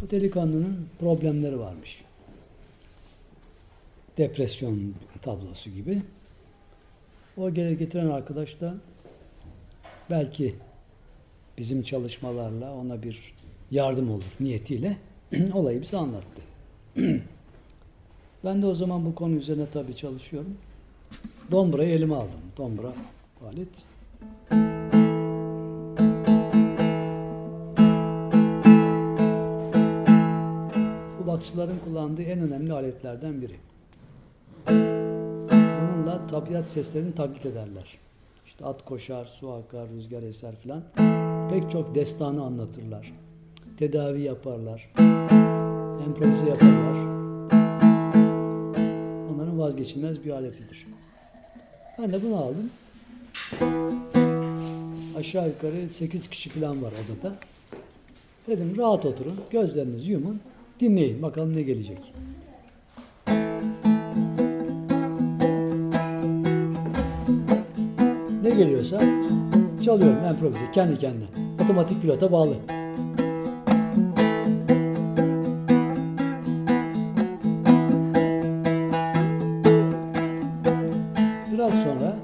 Bu delikanlının problemleri varmış. Depresyon tablosu gibi. O getiren arkadaş da belki bizim çalışmalarla ona bir yardım olur niyetiyle olayı bize anlattı. Ben de o zaman bu konu üzerine tabii çalışıyorum. Dombra'yı elime aldım. Dombra alet. Bu Batıların kullandığı en önemli aletlerden biri. Bununla tabiat seslerini taklit ederler. İşte at koşar, su akar, rüzgar eser filan. Pek çok destanı anlatırlar. Tedavi yaparlar. Improvize yaparlar. Onların vazgeçilmez bir aletidir. Ben de bunu aldım. Aşağı yukarı 8 kişi falan var odada. Dedim rahat oturun, gözlerinizi yumun, dinleyin bakalım ne gelecek. Ne geliyorsa çalıyorum improvize kendi kendine. Otomatik pilota bağlı. Biraz sonra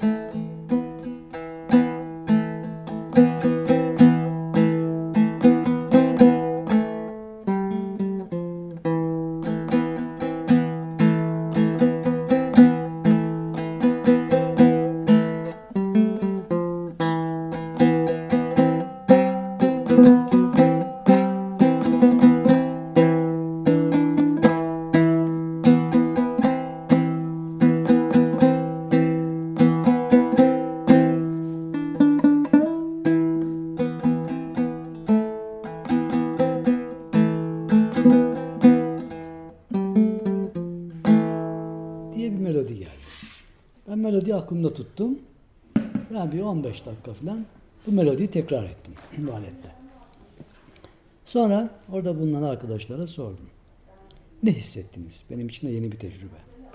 diye bir melodi geldi. Ben melodiyi aklımda tuttum. Ben bir 15 dakika falan bu melodiyi tekrar ettim bu aletle. Sonra orada bulunan arkadaşlara sordum. Ne hissettiniz? Benim için de yeni bir tecrübe.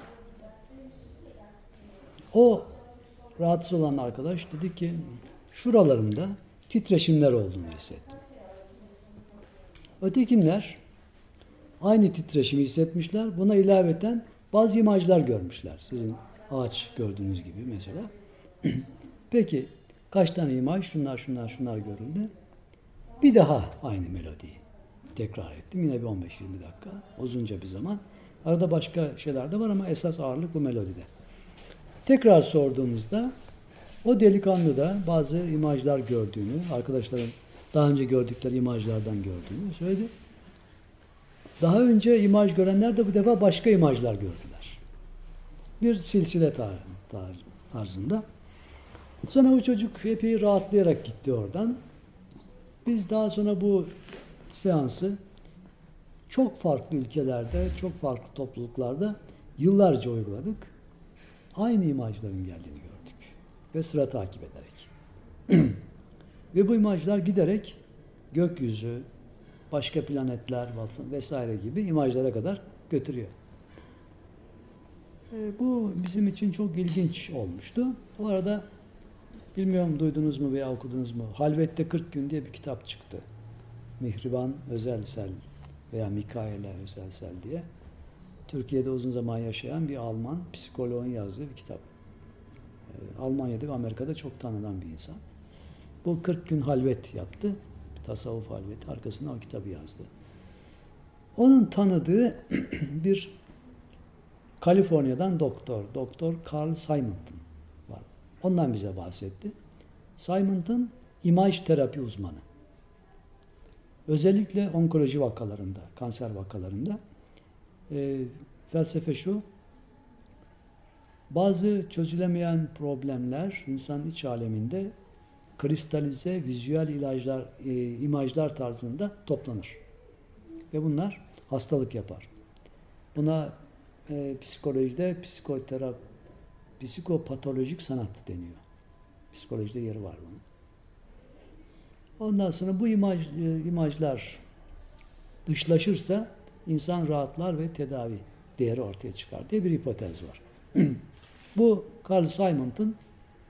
O rahatsız olan arkadaş dedi ki şuralarımda titreşimler olduğunu hissettim. Ötekinler aynı titreşimi hissetmişler. Buna ilaveten bazı imajlar görmüşler. Sizin ağaç gördüğünüz gibi mesela. Peki kaç tane imaj? Şunlar görüldü. Bir daha aynı melodiyi tekrar ettim. Yine bir 15-20 dakika. Uzunca bir zaman. Arada başka şeyler de var ama esas ağırlık bu melodide. Tekrar sorduğumuzda o delikanlı da bazı imajlar gördüğünü, arkadaşların daha önce gördükleri imajlardan gördüğünü söyledi. Daha önce imaj görenler de bu defa başka imajlar gördüler. Bir silsile tarzında. Sonra o çocuk epey rahatlayarak gitti oradan. Biz daha sonra bu seansı çok farklı ülkelerde, çok farklı topluluklarda yıllarca uyguladık. Aynı imajların geldiğini gördük. Ve sıra takip ederek. Ve bu imajlar giderek gökyüzü, başka planetler vesaire gibi imajlara kadar götürüyor. Bu bizim için çok ilginç olmuştu. O arada bilmiyorum duydunuz mu veya okudunuz mu? Halvet'te 40 gün diye bir kitap çıktı. Mihriban Özelsel veya Mikaela Özelsel diye. Türkiye'de uzun zaman yaşayan bir Alman psikoloğun yazdığı bir kitap. Almanya'da ve Amerika'da çok tanınan bir insan. Bu 40 gün halvet yaptı. Tasavvuf halveti. Arkasına o kitabı yazdı. Onun tanıdığı bir Kaliforniya'dan Doktor Carl Simonton var. Ondan bize bahsetti. Simonton imaj terapi uzmanı. Özellikle onkoloji vakalarında, kanser vakalarında felsefe şu, bazı çözülemeyen problemler insan iç aleminde kristalize vizüel imajlar tarzında toplanır. Ve bunlar hastalık yapar. Buna psikolojide psikopatolojik sanat deniyor. Psikolojide yeri var bunun. Ondan sonra bu imajlar dışlaşırsa insan rahatlar ve tedavi değeri ortaya çıkar diye bir hipotez var. Bu Carl Simonton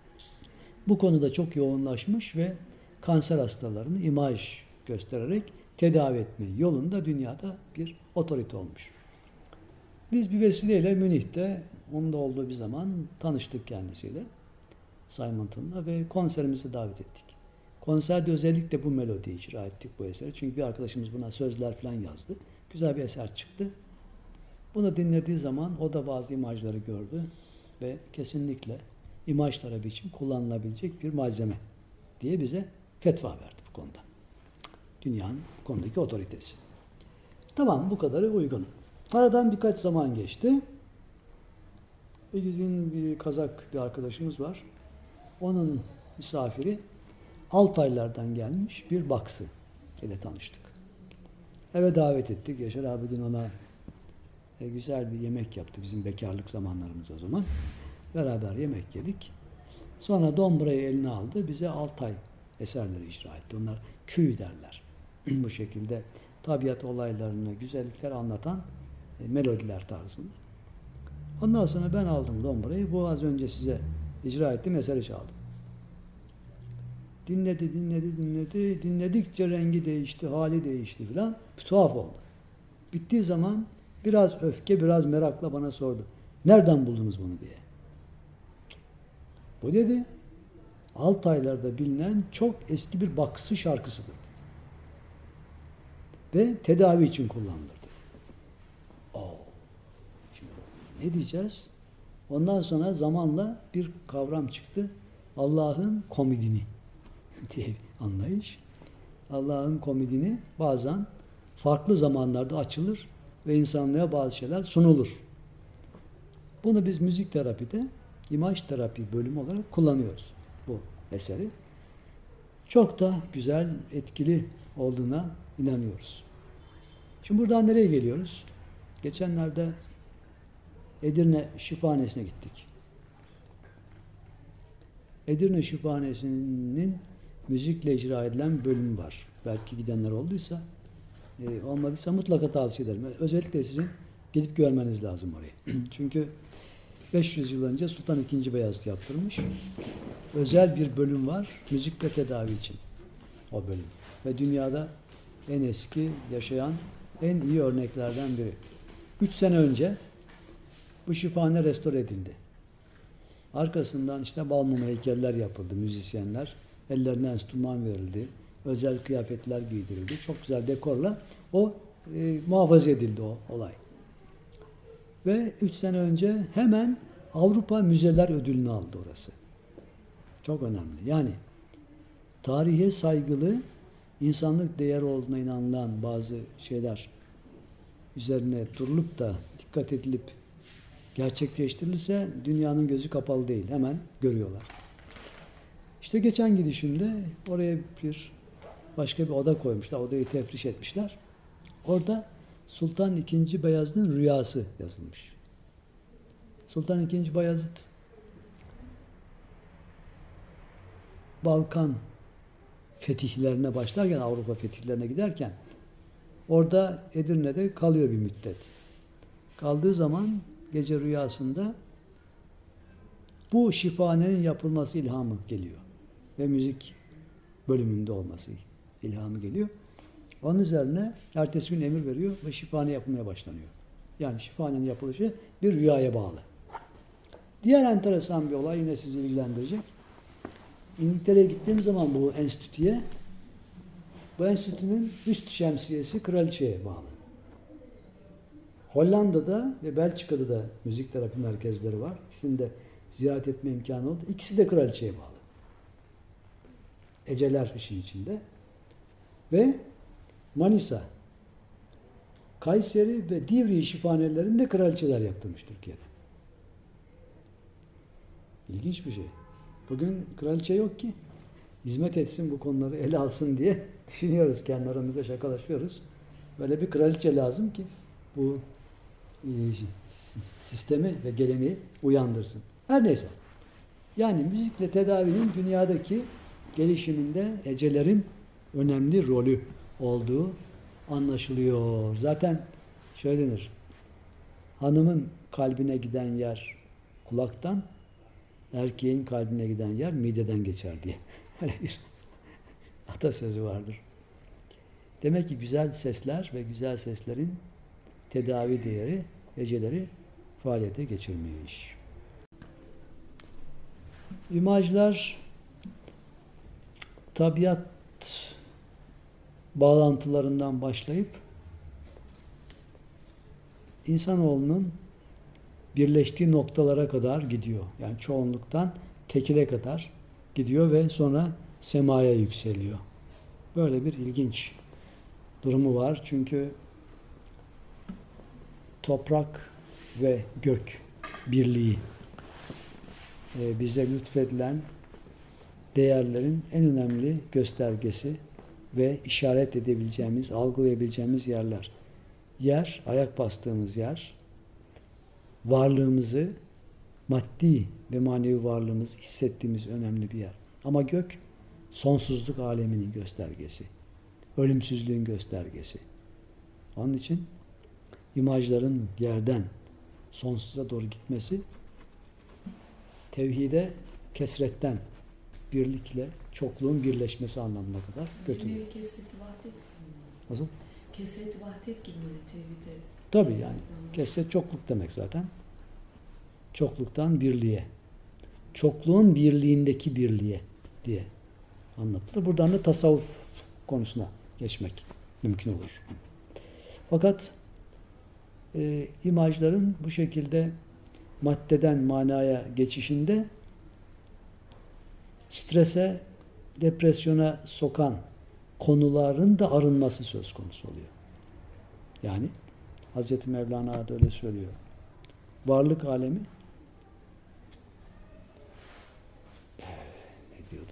bu konuda çok yoğunlaşmış ve kanser hastalarını imaj göstererek tedavi etme yolunda dünyada bir otorite olmuş. Biz bir vesileyle Münih'te, onun da olduğu bir zaman tanıştık kendisiyle. Simonton'la ve konserimize davet ettik. Konserde özellikle bu melodiyi icra ettik, bu eseri. Çünkü bir arkadaşımız buna sözler falan yazdı. Güzel bir eser çıktı. Bunu dinlediği zaman o da bazı imajları gördü ve kesinlikle imaj tarafı için kullanılabilecek bir malzeme diye bize fetva verdi bu konuda. Dünyanın bu konudaki otoritesi. Tamam, bu kadarı uygun. Aradan birkaç zaman geçti. Bir gün bir Kazak bir arkadaşımız var. Onun misafiri Altaylardan gelmiş bir baksı ile tanıştık. Eve davet ettik. Yaşar abi gün ona güzel bir yemek yaptı. Bizim bekarlık zamanlarımız o zaman. Beraber yemek yedik. Sonra dombrayı eline aldı. Bize Altay eserleri icra etti. Onlar küy derler. Bu şekilde tabiat olaylarını, güzellikler anlatan melodiler tarzında. Ondan sonra ben aldım dombrayı. Bu az önce size icra ettiğim eseri çaldım. Dinledi. Dinledikçe rengi değişti, hali değişti filan. Bir tuhaf oldu. Bittiği zaman biraz öfke, biraz merakla bana sordu. Nereden buldunuz bunu diye. Bu dedi, Altaylar'da bilinen çok eski bir baksı şarkısıdır dedi. Ve tedavi için kullanılır dedi. Şimdi ne diyeceğiz? Ondan sonra zamanla bir kavram çıktı. Allah'ın komidini diye bir anlayış. Allah'ın komidini bazen farklı zamanlarda açılır ve insanlığa bazı şeyler sunulur. Bunu biz müzik terapide imaj terapi bölümü olarak kullanıyoruz bu eseri. Çok da güzel, etkili olduğuna inanıyoruz. Şimdi buradan nereye geliyoruz? Geçenlerde Edirne Şifahanesi'ne gittik. Edirne Şifahanesi'nin müzikle icra edilen bölümü var. Belki gidenler olduysa, olmadıysa mutlaka tavsiye ederim. Özellikle sizin gidip görmeniz lazım orayı. Çünkü 500 yıl önce Sultan II. Beyazıt yaptırmış. Özel bir bölüm var, müzikle tedavi için o bölüm. Ve dünyada en eski, yaşayan, en iyi örneklerden biri. 3 sene önce bu şifahane restore edildi. Arkasından işte bal mumu heykeller yapıldı, müzisyenler. Ellerine enstrüman verildi, özel kıyafetler giydirildi. Çok güzel dekorla o muhafaza edildi o olay. Ve 3 sene önce hemen Avrupa Müzeler Ödülünü aldı orası. Çok önemli. Yani tarihe saygılı, insanlık değeri olduğuna inanılan bazı şeyler üzerine durulup da dikkat edilip gerçekleştirilirse dünyanın gözü kapalı değil. Hemen görüyorlar. İşte geçen gidişimde oraya başka bir oda koymuşlar. Odayı tefriş etmişler. Orada Sultan II. Beyazıt'ın rüyası yazılmış. Sultan II. Bayezid Balkan fetihlerine başlarken, Avrupa fetihlerine giderken orada Edirne'de kalıyor bir müddet. Kaldığı zaman gece rüyasında bu şifahanenin yapılması ilhamı geliyor. Ve müzik bölümünde olması ilhamı geliyor. Onun üzerine ertesi gün emir veriyor ve şifahane yapılmaya başlanıyor. Yani şifahanenin yapılışı bir rüyaya bağlı. Diğer enteresan bir olay yine sizi ilgilendirecek. İngiltere'ye gittiğim zaman bu enstitüye, bu enstitünün üst şemsiyesi kraliçeye bağlı. Hollanda'da ve Belçika'da da müzik terapi merkezleri var. İkisini de ziyaret etme imkanı oldu. İkisi de kraliçeye bağlı. Eceler işin içinde. Ve Manisa, Kayseri ve Divriği şifahanelerinde kraliçeler yaptırmış Türkiye'de. İlginç bir şey. Bugün kraliçe yok ki hizmet etsin, bu konuları ele alsın diye düşünüyoruz. Kendi aramızda şakalaşıyoruz. Böyle bir kraliçe lazım ki bu sistemi ve geleneği uyandırsın. Her neyse. Yani müzikle tedavinin dünyadaki gelişiminde ecelerin önemli rolü olduğu anlaşılıyor. Zaten şöyle denir. Hanımın kalbine giden yer kulaktan, erkeğin kalbine giden yer mideden geçer diye. Böyle bir atasözü vardır. Demek ki güzel sesler ve güzel seslerin tedavi değeri, heceleri faaliyete geçirmiş. İmajlar tabiat bağlantılarından başlayıp insanoğlunun birleştiği noktalara kadar gidiyor. Yani çoğunluktan tekile kadar gidiyor ve sonra semaya yükseliyor. Böyle bir ilginç durumu var. Çünkü toprak ve gök birliği bize lütfedilen değerlerin en önemli göstergesi ve işaret edebileceğimiz, algılayabileceğimiz yerler. Yer, ayak bastığımız yer, varlığımızı, maddi ve manevi varlığımızı hissettiğimiz önemli bir yer. Ama gök, sonsuzluk aleminin göstergesi, ölümsüzlüğün göstergesi. Onun için imajların yerden sonsuza doğru gitmesi, tevhide kesretten, birlikle çokluğun birleşmesi anlamına kadar götürüyor. Kesret-i vahdet. Nasıl? Kesret-i vahdet gibi böyle tevhide. Tabii yani. Kesret çokluk demek zaten. Çokluktan birliğe. Çokluğun birliğindeki birliğe diye anlatılır. Buradan da tasavvuf konusuna geçmek mümkün olur. Fakat imajların bu şekilde maddeden manaya geçişinde strese, depresyona sokan konuların da arınması söz konusu oluyor. Yani Hazreti Mevlana da öyle söylüyor. Varlık alemi ne diyordu?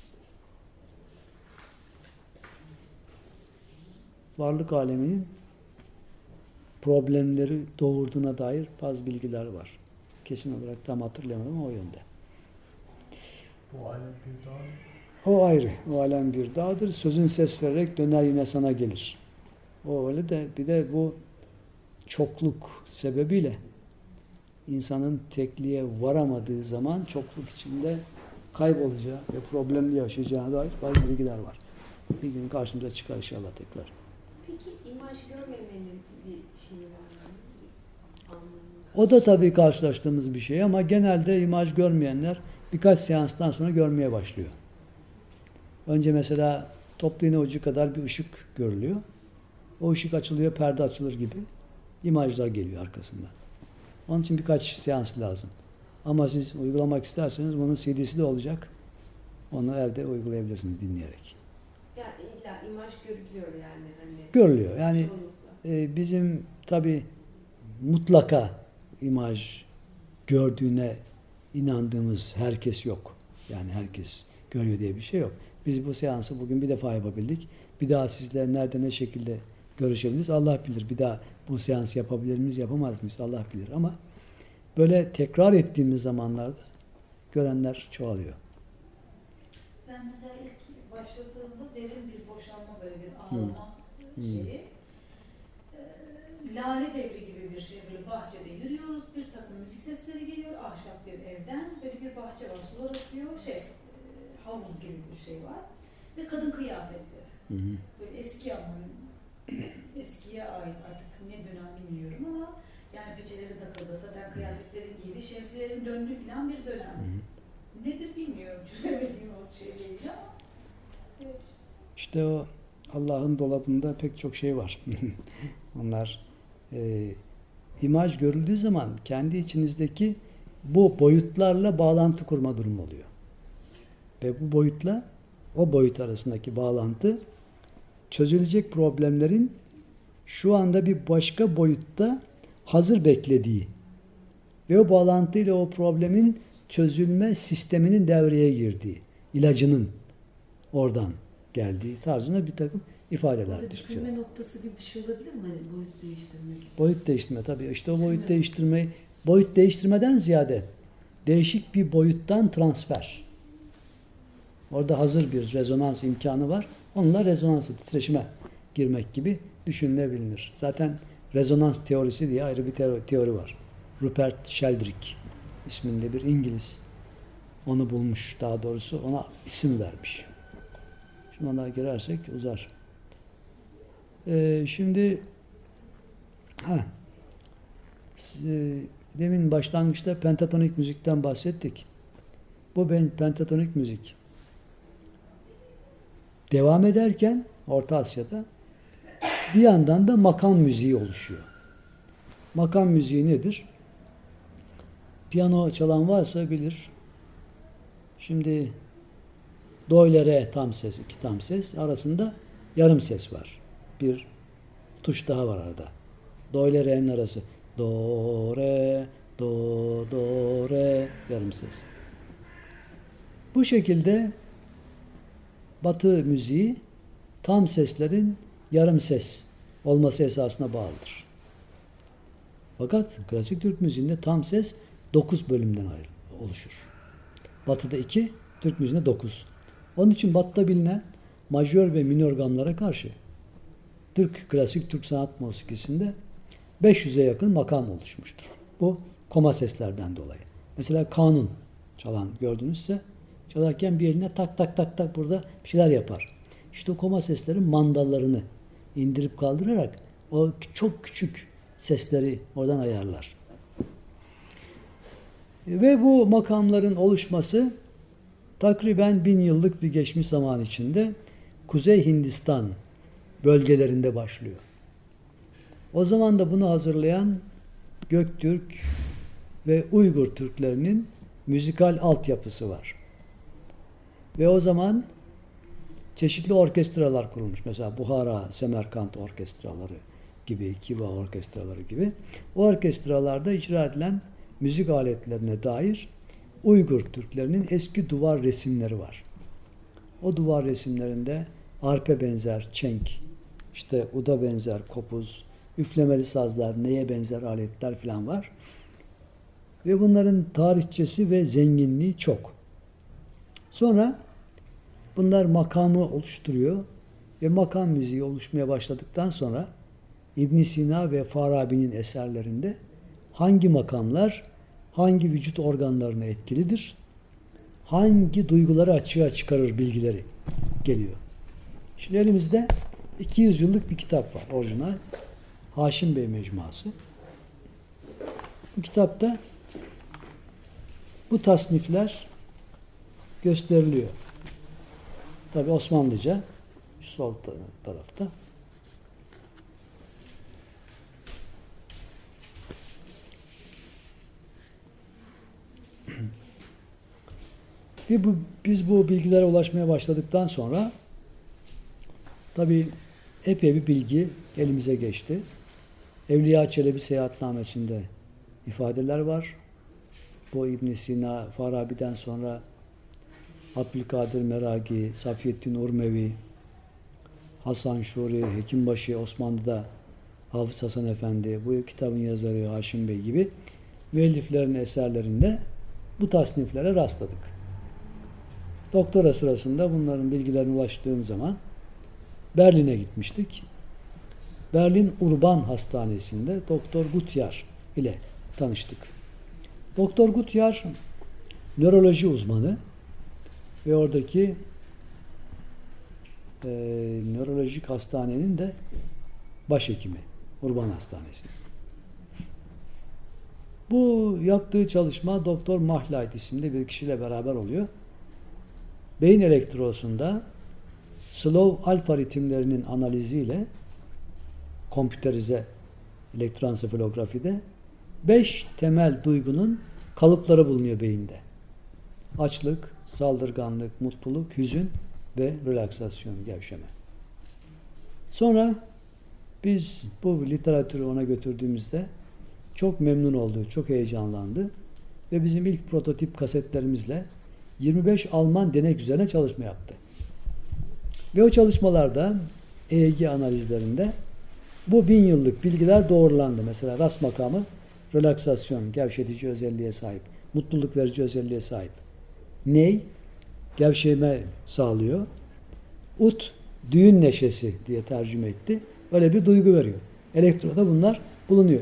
Varlık aleminin problemleri doğurduğuna dair bazı bilgiler var. Kesin olarak tam hatırlayamadım ama o yönde. O alem bir dağ. O ayrı. O alem bir dağdır. Sözün ses vererek döner yine sana gelir. O öyle de bir de bu çokluk sebebiyle insanın tekliğe varamadığı zaman çokluk içinde kaybolacağı ve problemli yaşayacağına dair bazı bilgiler var. Bir gün karşımıza çıkar inşallah tekrar. Peki imaj görmemenin bir şeyi var mı? Anlamı. O da tabii karşılaştığımız bir şey ama genelde imaj görmeyenler birkaç seanstan sonra görmeye başlıyor. Önce mesela toplu iğne ucu kadar bir ışık görülüyor. O ışık açılıyor, perde açılır gibi imajlar geliyor arkasından. Onun için birkaç seans lazım. Ama siz uygulamak isterseniz bunun CD'si de olacak. Onu evde uygulayabilirsiniz dinleyerek. Yani illa imaj görülüyor yani. Hani Görülüyor. Yani çoğunlukla. bizim tabii mutlaka imaj gördüğüne inandığımız herkes yok. Yani herkes görüyor diye bir şey yok. Biz bu seansı bugün bir defa yapabildik. Bir daha sizle nerede ne şekilde görüşebiliriz Allah bilir. Bir daha bu seansı yapabilir miyiz, yapamaz mıyız Allah bilir. Ama böyle tekrar ettiğimiz zamanlarda görenler çoğalıyor. Ben mesela ilk başladığımda derin bir boşalma, böyle bir ağlama şeyi. Lale devri gibi bir şey, böyle bahçede yürüyoruz, bir takım müzik sesleri geliyor, ahşap bir evden, böyle bir bahçe var, sular akıyor, havuz gibi bir şey var ve kadın kıyafetleri. Böyle eski ama eskiye ait, artık ne dönem bilmiyorum ama yani peçeleri takıldı, saten kıyafetlerin giydiği, şemsiyelerin döndüğü falan bir dönem. Nedir bilmiyorum, çözemediğim o şey değil ama evet. İşte o Allah'ın dolabında pek çok şey var. Onlar imaj görüldüğü zaman kendi içinizdeki bu boyutlarla bağlantı kurma durumu oluyor. Ve bu boyutla o boyut arasındaki bağlantı çözülecek problemlerin şu anda bir başka boyutta hazır beklediği ve o bağlantıyla o problemin çözülme sisteminin devreye girdiği, ilacının oradan geldiği tarzında bir takım ifadeler. Burada düşünme noktası gibi bir şey olabilir mi? Hani boyut değiştirmek. Boyut değiştirme tabii. İşte o boyut değiştirmeyi, boyut değiştirmeden ziyade değişik bir boyuttan transfer. Orada hazır bir rezonans imkanı var. Onunla rezonansı, titreşime girmek gibi düşünülebilir. Zaten rezonans teorisi diye ayrı bir teori var. Rupert Sheldrake isminde bir İngiliz onu bulmuş, daha doğrusu ona isim vermiş. Şimdi ona girersek uzar. Şimdi demin başlangıçta pentatonik müzikten bahsettik. Bu pentatonik müzik devam ederken Orta Asya'da bir yandan da makam müziği oluşuyor. Makam müziği nedir? Piyano çalan varsa bilir. Şimdi do ile re tam ses, iki tam ses arasında yarım ses var. Bir tuş daha var arada. Do ile re'nin arası. Do, re, do, do, re, yarım ses. Bu şekilde Batı müziği tam seslerin yarım ses olması esasına bağlıdır. Fakat klasik Türk müziğinde tam ses 9 bölümden oluşur. Batı'da 2, Türk müziğinde 9. Onun için Batı'da bilinen majör ve minör gamlara karşı klasik Türk sanat musikisinde 500'e yakın makam oluşmuştur. Bu koma seslerden dolayı. Mesela kanun çalan gördünüzse çalarken bir eline tak tak tak tak burada bir şeyler yapar. İşte o koma seslerin mandallarını indirip kaldırarak o çok küçük sesleri oradan ayarlar. Ve bu makamların oluşması takriben 1000 yıllık bir geçmiş zaman içinde Kuzey Hindistan bölgelerinde başlıyor. O zaman da bunu hazırlayan Göktürk ve Uygur Türklerinin müzikal altyapısı var. Ve o zaman çeşitli orkestralar kurulmuş. Mesela Buhara, Semerkant orkestraları gibi, Kiva orkestraları gibi. O orkestralarda icra edilen müzik aletlerine dair Uygur Türklerinin eski duvar resimleri var. O duvar resimlerinde arpe benzer çenk, işte uda benzer kopuz, üflemeli sazlar, neye benzer aletler falan var. Ve bunların tarihçesi ve zenginliği çok. Sonra bunlar makamı oluşturuyor ve makam müziği oluşmaya başladıktan sonra İbn Sina ve Farabi'nin eserlerinde hangi makamlar hangi vücut organlarına etkilidir, hangi duyguları açığa çıkarır bilgileri geliyor. Şimdi elimizde 200 yıllık bir kitap var, orijinal. Haşim Bey Mecmuası. Bu kitapta bu tasnifler gösteriliyor. Tabi Osmanlıca, şu sol tarafta. Biz bu bilgilere ulaşmaya başladıktan sonra tabi epey bir bilgi elimize geçti. Evliya Çelebi Seyahatnamesi'nde ifadeler var. Bu İbn Sina, Farabi'den sonra Abdülkadir Meragi, Safiyeddin Urmevi, Hasan Şuri, Hekimbaşı, Osmanlı'da Hafız Hasan Efendi, bu kitabın yazarı Haşim Bey gibi müelliflerin eserlerinde bu tasniflere rastladık. Doktora sırasında bunların bilgilerine ulaştığım zaman Berlin'e gitmiştik. Berlin Urban Hastanesi'nde Doktor Gutyar ile tanıştık. Doktor Gutyar nöroloji uzmanı ve oradaki nörolojik hastanenin de başhekimi Urban Hastanesi. Bu yaptığı çalışma Doktor Mahlayt isimli bir kişiyle beraber oluyor. Beyin elektrosunda slow alfa ritimlerinin analiziyle kompüterize elektroensefalografide 5 temel duygunun kalıpları bulunuyor beyinde. Açlık, saldırganlık, mutluluk, hüzün ve relaksasyon, gevşeme. Sonra biz bu literatürü ona götürdüğümüzde çok memnun oldu, çok heyecanlandı ve bizim ilk prototip kasetlerimizle 25 Alman deney üzerine çalışma yaptı. Ve o çalışmalarda EEG analizlerinde bu 1000 yıllık bilgiler doğrulandı. Mesela ras makamı relaksasyon, gevşetici özelliğe sahip, mutluluk verici özelliğe sahip. Ney? Gevşeme sağlıyor. Ut, düğün neşesi diye tercüme etti. Öyle bir duygu veriyor. Elektroda bunlar bulunuyor.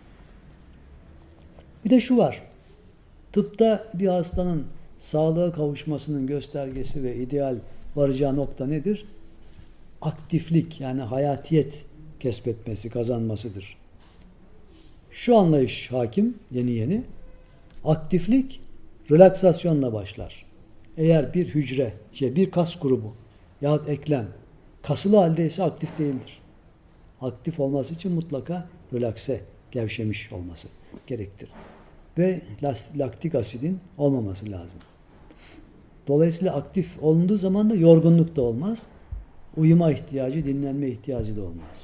Bir de şu var. Tıpta bir hastanın sağlığa kavuşmasının göstergesi ve ideal varacağı nokta nedir? Aktiflik, yani hayatiyet kesbetmesi, kazanmasıdır. Şu anlayış hakim, yeni. Aktiflik relaksasyonla başlar. Eğer bir hücre, bir kas grubu yahut eklem kasılı haldeyse aktif değildir. Aktif olması için mutlaka relakse, gevşemiş olması gerektir. Ve laktik asidin olmaması lazım. Dolayısıyla aktif olunduğu zaman da yorgunluk da olmaz. Uyuma ihtiyacı, dinlenme ihtiyacı da olmaz.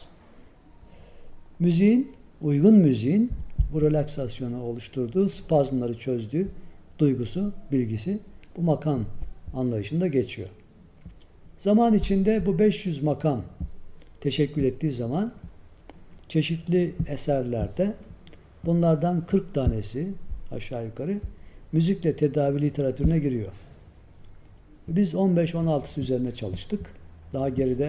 Uygun müziğin bu relaksasyonu oluşturduğu, spazmları çözdüğü duygusu, bilgisi bu makam anlayışında geçiyor. Zaman içinde bu 500 makam teşekkül ettiği zaman çeşitli eserlerde bunlardan 40 tanesi aşağı yukarı müzikle tedavi literatürüne giriyor. Biz 15-16'sı üzerine çalıştık. Daha geride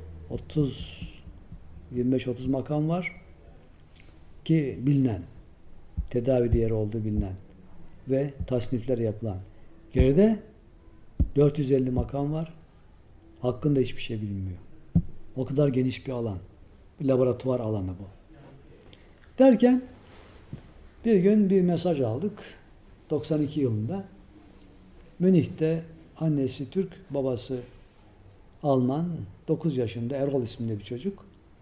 25-30 makam var ki bilinen, tedavi değeri olduğu bilinen ve tasnifler yapılan. Geride 450 makam var. Hakkında hiçbir şey bilinmiyor. O kadar geniş bir alan. Bir laboratuvar alanı bu. Derken bir gün bir mesaj aldık. 92 yılında Münih'te annesi Türk, babası Alman, 9 yaşında Erol isminde bir çocuk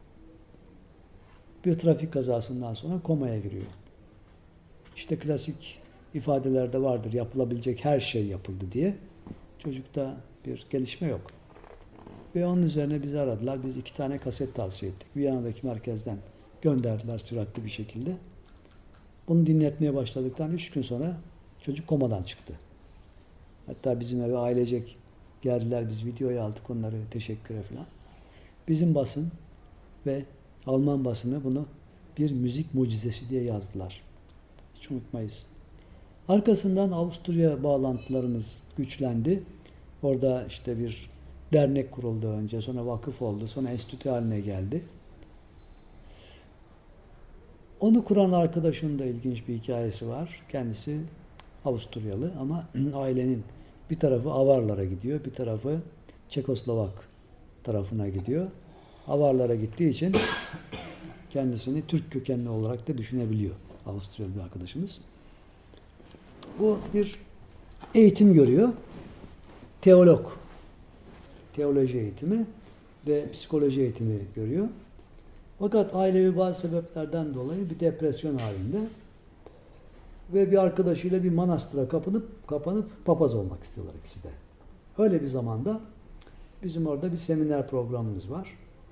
bir trafik kazasından sonra komaya giriyor. İşte klasik ifadelerde vardır, yapılabilecek her şey yapıldı diye. Çocukta bir gelişme yok. Ve onun üzerine bizi aradılar. Biz 2 tane kaset tavsiye ettik. Viyana'daki merkezden gönderdiler süratli bir şekilde. Bunu dinletmeye başladıktan 3 gün sonra çocuk komadan çıktı. Hatta bizim eve ailecek geldiler. Biz videoya aldık onları teşekküre falan. Bizim basın ve Alman basını bunu bir müzik mucizesi diye yazdılar. Hiç unutmayız. Arkasından Avusturya bağlantılarımız güçlendi. Orada işte bir dernek kuruldu önce, sonra vakıf oldu, sonra enstitü haline geldi. Onu kuran arkadaşın da ilginç bir hikayesi var. Kendisi Avusturyalı ama ailenin bir tarafı Avarlara gidiyor, bir tarafı Çekoslovak tarafına gidiyor. Avarlara gittiği için kendisini Türk kökenli olarak da düşünebiliyor Avusturyalı bir arkadaşımız. Bu bir eğitim görüyor. Teolog. Teoloji eğitimi ve psikoloji eğitimi görüyor. Fakat ailevi bazı sebeplerden dolayı bir depresyon halinde ve bir arkadaşıyla bir manastıra kapanıp papaz olmak istiyorlar ikisi de. Öyle bir zamanda bizim orada bir seminer programımız var.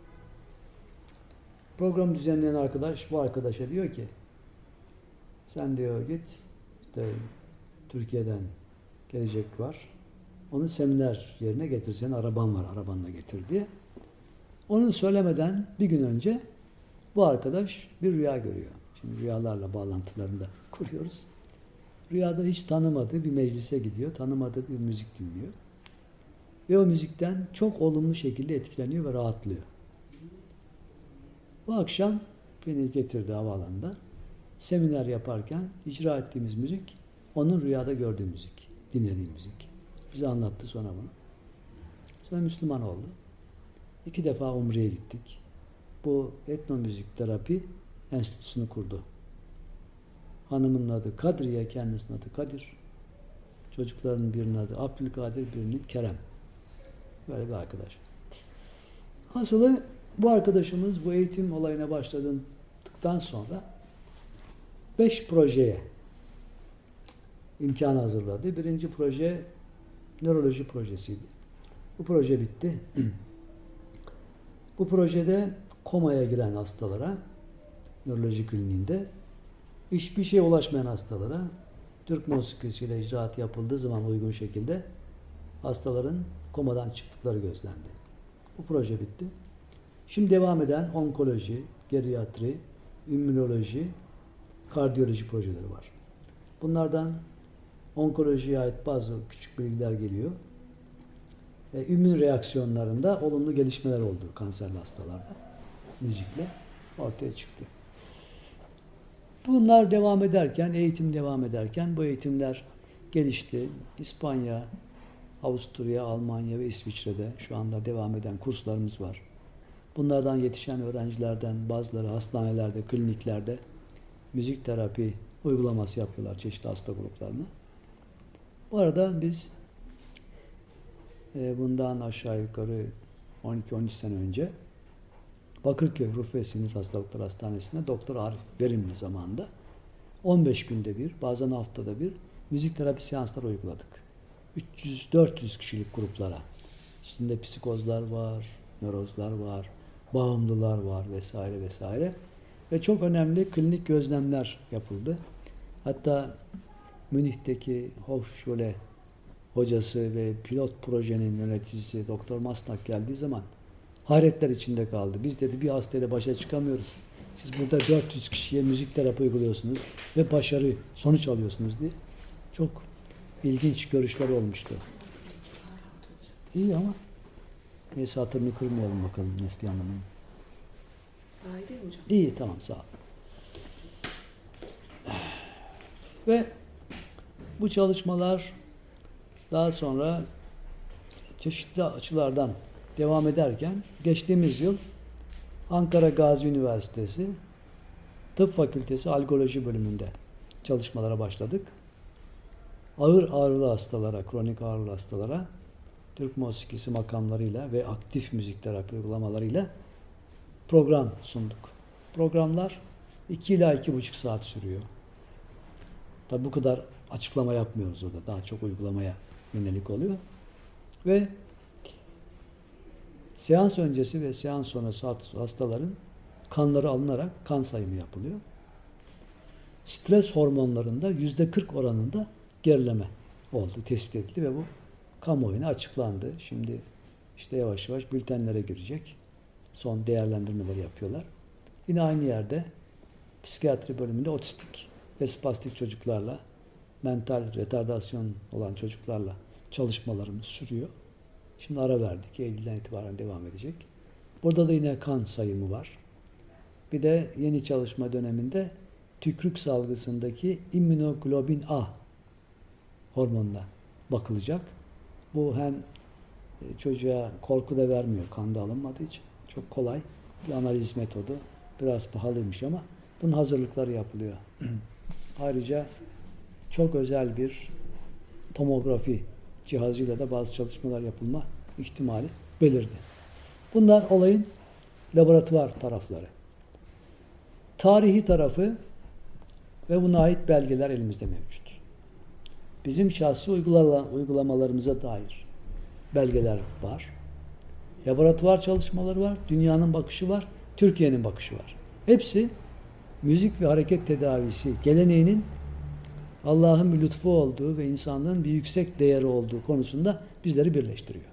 Programı düzenleyen arkadaş bu arkadaşa diyor ki sen diyor git işte Türkiye'den gelecek var. Onu seminer yerine getir. Senin araban var. Arabanla getir diye. Onu söylemeden bir gün önce bu arkadaş bir rüya görüyor. Şimdi rüyalarla bağlantılarını da kuruyoruz. Rüyada hiç tanımadığı bir meclise gidiyor. Tanımadığı bir müzik dinliyor. Ve o müzikten çok olumlu şekilde etkileniyor ve rahatlıyor. Bu akşam beni getirdi havaalanında. Seminer yaparken icra ettiğimiz müzik onun rüyada gördüğü müzik. Dinlediği müzik. Bize anlattı sonra bunu. Sonra Müslüman oldu. 2 defa Umre'ye gittik. Bu etnomüzik terapi enstitüsünü kurdu. Hanımın adı Kadriye, kendisinin adı Kadir. Çocukların birinin adı Abdülkadir, birinin Kerem. Böyle bir arkadaş. Hasılı bu arkadaşımız bu eğitim olayına başladıktan sonra 5 projeye imkan hazırladı. Birinci proje nöroloji projesiydi. Bu proje bitti. Bu projede komaya giren hastalara, nöroloji kliniğinde, hiçbir şeye ulaşmayan hastalara, Türk musikisiyle icraat yapıldığı zaman uygun şekilde hastaların komadan çıktıkları gözlendi. Bu proje bitti. Şimdi devam eden onkoloji, geriatri, immünoloji, kardiyoloji projeleri var. Bunlardan onkolojiye ait bazı küçük bilgiler geliyor. İmmün reaksiyonlarında olumlu gelişmeler oldu kanserli hastalarda. Müzikle ortaya çıktı. Bunlar devam ederken, eğitim devam ederken bu eğitimler gelişti. İspanya, Avusturya, Almanya ve İsviçre'de şu anda devam eden kurslarımız var. Bunlardan yetişen öğrencilerden bazıları hastanelerde, kliniklerde müzik terapi uygulaması yapıyorlar çeşitli hasta gruplarına. Bu arada biz bundan aşağı yukarı 12-13 sene önce Bakırköy Ruh ve Sinir Hastalıkları Hastanesi'nde Doktor Arif Verimli zamanında 15 günde bir, bazen haftada bir müzik terapi seansları uyguladık. 300-400 kişilik gruplara. İçinde psikozlar var, nörozlar var, bağımlılar var vesaire vesaire. Ve çok önemli klinik gözlemler yapıldı. Hatta Münih'teki Hochschule hocası ve pilot projenin yöneticisi Doktor Masnak geldiği zaman hayretler içinde kaldı. Biz dedi bir hastayla başa çıkamıyoruz. Siz burada 400 kişiye müzik terapi uyguluyorsunuz ve başarı, sonuç alıyorsunuz diye. Çok ilginç görüşler olmuştu. İyi ama neyse hatırını kırmayalım bakalım Neslihan Hanım. Daha iyi değil mi hocam? İyi tamam sağ ol. Ve bu çalışmalar daha sonra çeşitli açılardan devam ederken geçtiğimiz yıl Ankara Gazi Üniversitesi Tıp Fakültesi Algoloji bölümünde çalışmalara başladık. Ağır ağrılı hastalara, kronik ağrılı hastalara Türk musikisi makamlarıyla ve aktif müzik terapi uygulamalarıyla program sunduk. Programlar 2 ila 2,5 saat sürüyor. Tabi bu kadar açıklama yapmıyoruz orada. Daha çok uygulamaya yönelik oluyor. Ve seans öncesi ve seans sonrası hastaların kanları alınarak kan sayımı yapılıyor. Stres hormonlarında %40 oranında gerileme oldu, tespit edildi ve bu kamuoyuna açıklandı. Şimdi işte yavaş yavaş bültenlere girecek. Son değerlendirmeleri yapıyorlar. Yine aynı yerde psikiyatri bölümünde otistik ve spastik çocuklarla, mental retardasyon olan çocuklarla çalışmalarımız sürüyor. Şimdi ara verdik. Eylül'den itibaren devam edecek. Burada da yine kan sayımı var. Bir de yeni çalışma döneminde tükrük salgısındaki immünoglobin A hormonuna bakılacak. Bu hem çocuğa korku da vermiyor kanda alınmadığı için. Çok kolay bir analiz metodu. Biraz pahalıymış ama bunun hazırlıkları yapılıyor. Ayrıca çok özel bir tomografi cihazıyla da bazı çalışmalar yapılma ihtimali belirdi. Bunlar olayın laboratuvar tarafları. Tarihi tarafı ve buna ait belgeler elimizde mevcut. Bizim şahsi uygulamalarımıza dair belgeler var. Laboratuvar çalışmaları var, dünyanın bakışı var, Türkiye'nin bakışı var. Hepsi müzik ve hareket tedavisi geleneğinin Allah'ın bir lütfu olduğu ve insanlığın bir yüksek değeri olduğu konusunda bizleri birleştiriyor.